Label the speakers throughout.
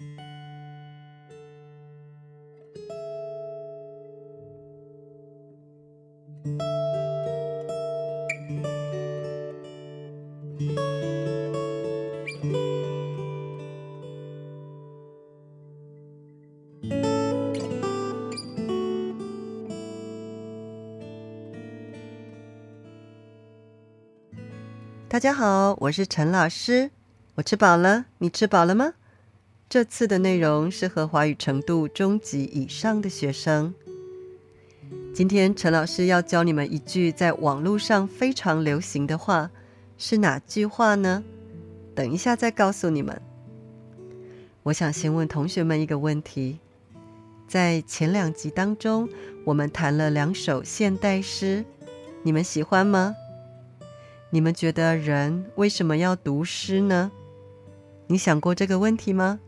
Speaker 1: 大家好，我是陈老师。我吃饱了，你吃饱了吗？这次的内容适合华语程度中级以上的学生。今天陈老师要教你们一句在网络上非常流行的话，是哪句话呢？等一下再告诉你们。我想先问同学们一个问题，在前2集当中，我们谈了2首现代诗，你们喜欢吗？你们觉得人为什么要读诗呢？你想过这个问题吗？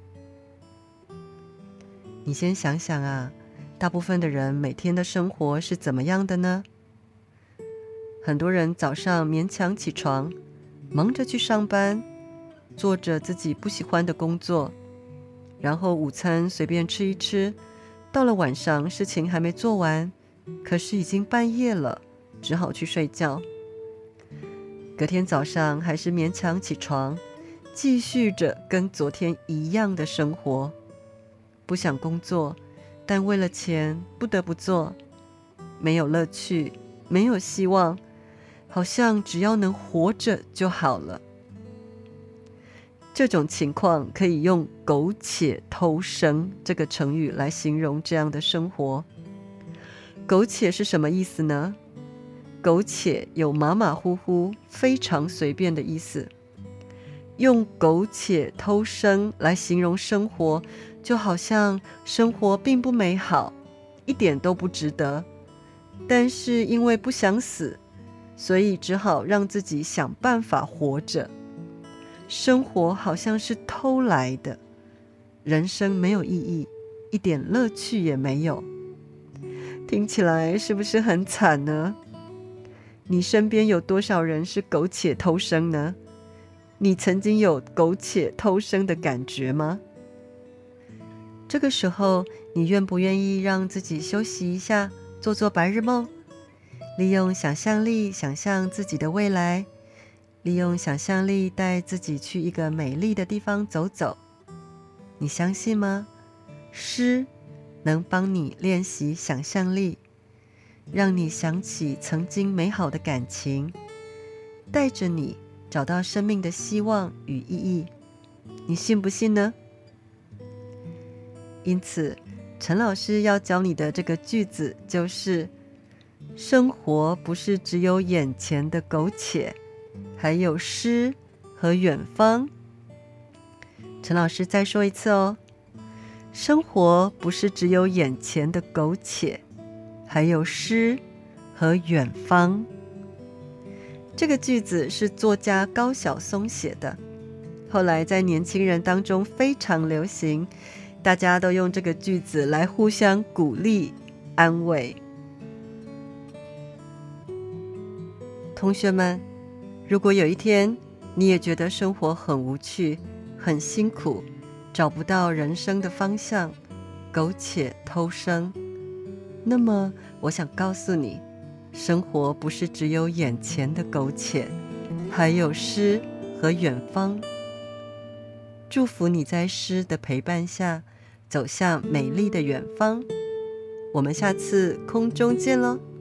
Speaker 1: 你先想想啊，大部分的人每天的生活是怎么样的呢？很多人早上勉强起床，忙着去上班，做着自己不喜欢的工作，然后午餐随便吃一吃，到了晚上事情还没做完，可是已经半夜了，只好去睡觉。隔天早上还是勉强起床，继续着跟昨天一样的生活。不想工作，但为了钱不得不做。没有乐趣，没有希望，好像只要能活着就好了。这种情况可以用苟且偷生这个成语来形容这样的生活。苟且是什么意思呢？苟且有马马虎虎、非常随便的意思。用苟且偷生来形容生活，就好像生活并不美好，一点都不值得。但是因为不想死，所以只好让自己想办法活着。生活好像是偷来的，人生没有意义，一点乐趣也没有。听起来是不是很惨呢？你身边有多少人是苟且偷生呢？你曾经有苟且偷生的感觉吗？这个时候，你愿不愿意让自己休息一下，做做白日梦？利用想象力想象自己的未来，利用想象力带自己去一个美丽的地方走走。你相信吗？诗能帮你练习想象力，让你想起曾经美好的感情，带着你找到生命的希望与意义。你信不信呢？因此，陈老师要教你的这个句子就是：生活不是只有眼前的苟且，还有诗和远方。陈老师再说一次哦，生活不是只有眼前的苟且，还有诗和远方。这个句子是作家高晓松写的，后来在年轻人当中非常流行，大家都用这个句子来互相鼓励、安慰。同学们，如果有一天你也觉得生活很无趣、很辛苦，找不到人生的方向，苟且偷生，那么我想告诉你，生活不是只有眼前的苟且，还有诗和远方。祝福你在诗的陪伴下，走向美丽的远方。我们下次空中见咯。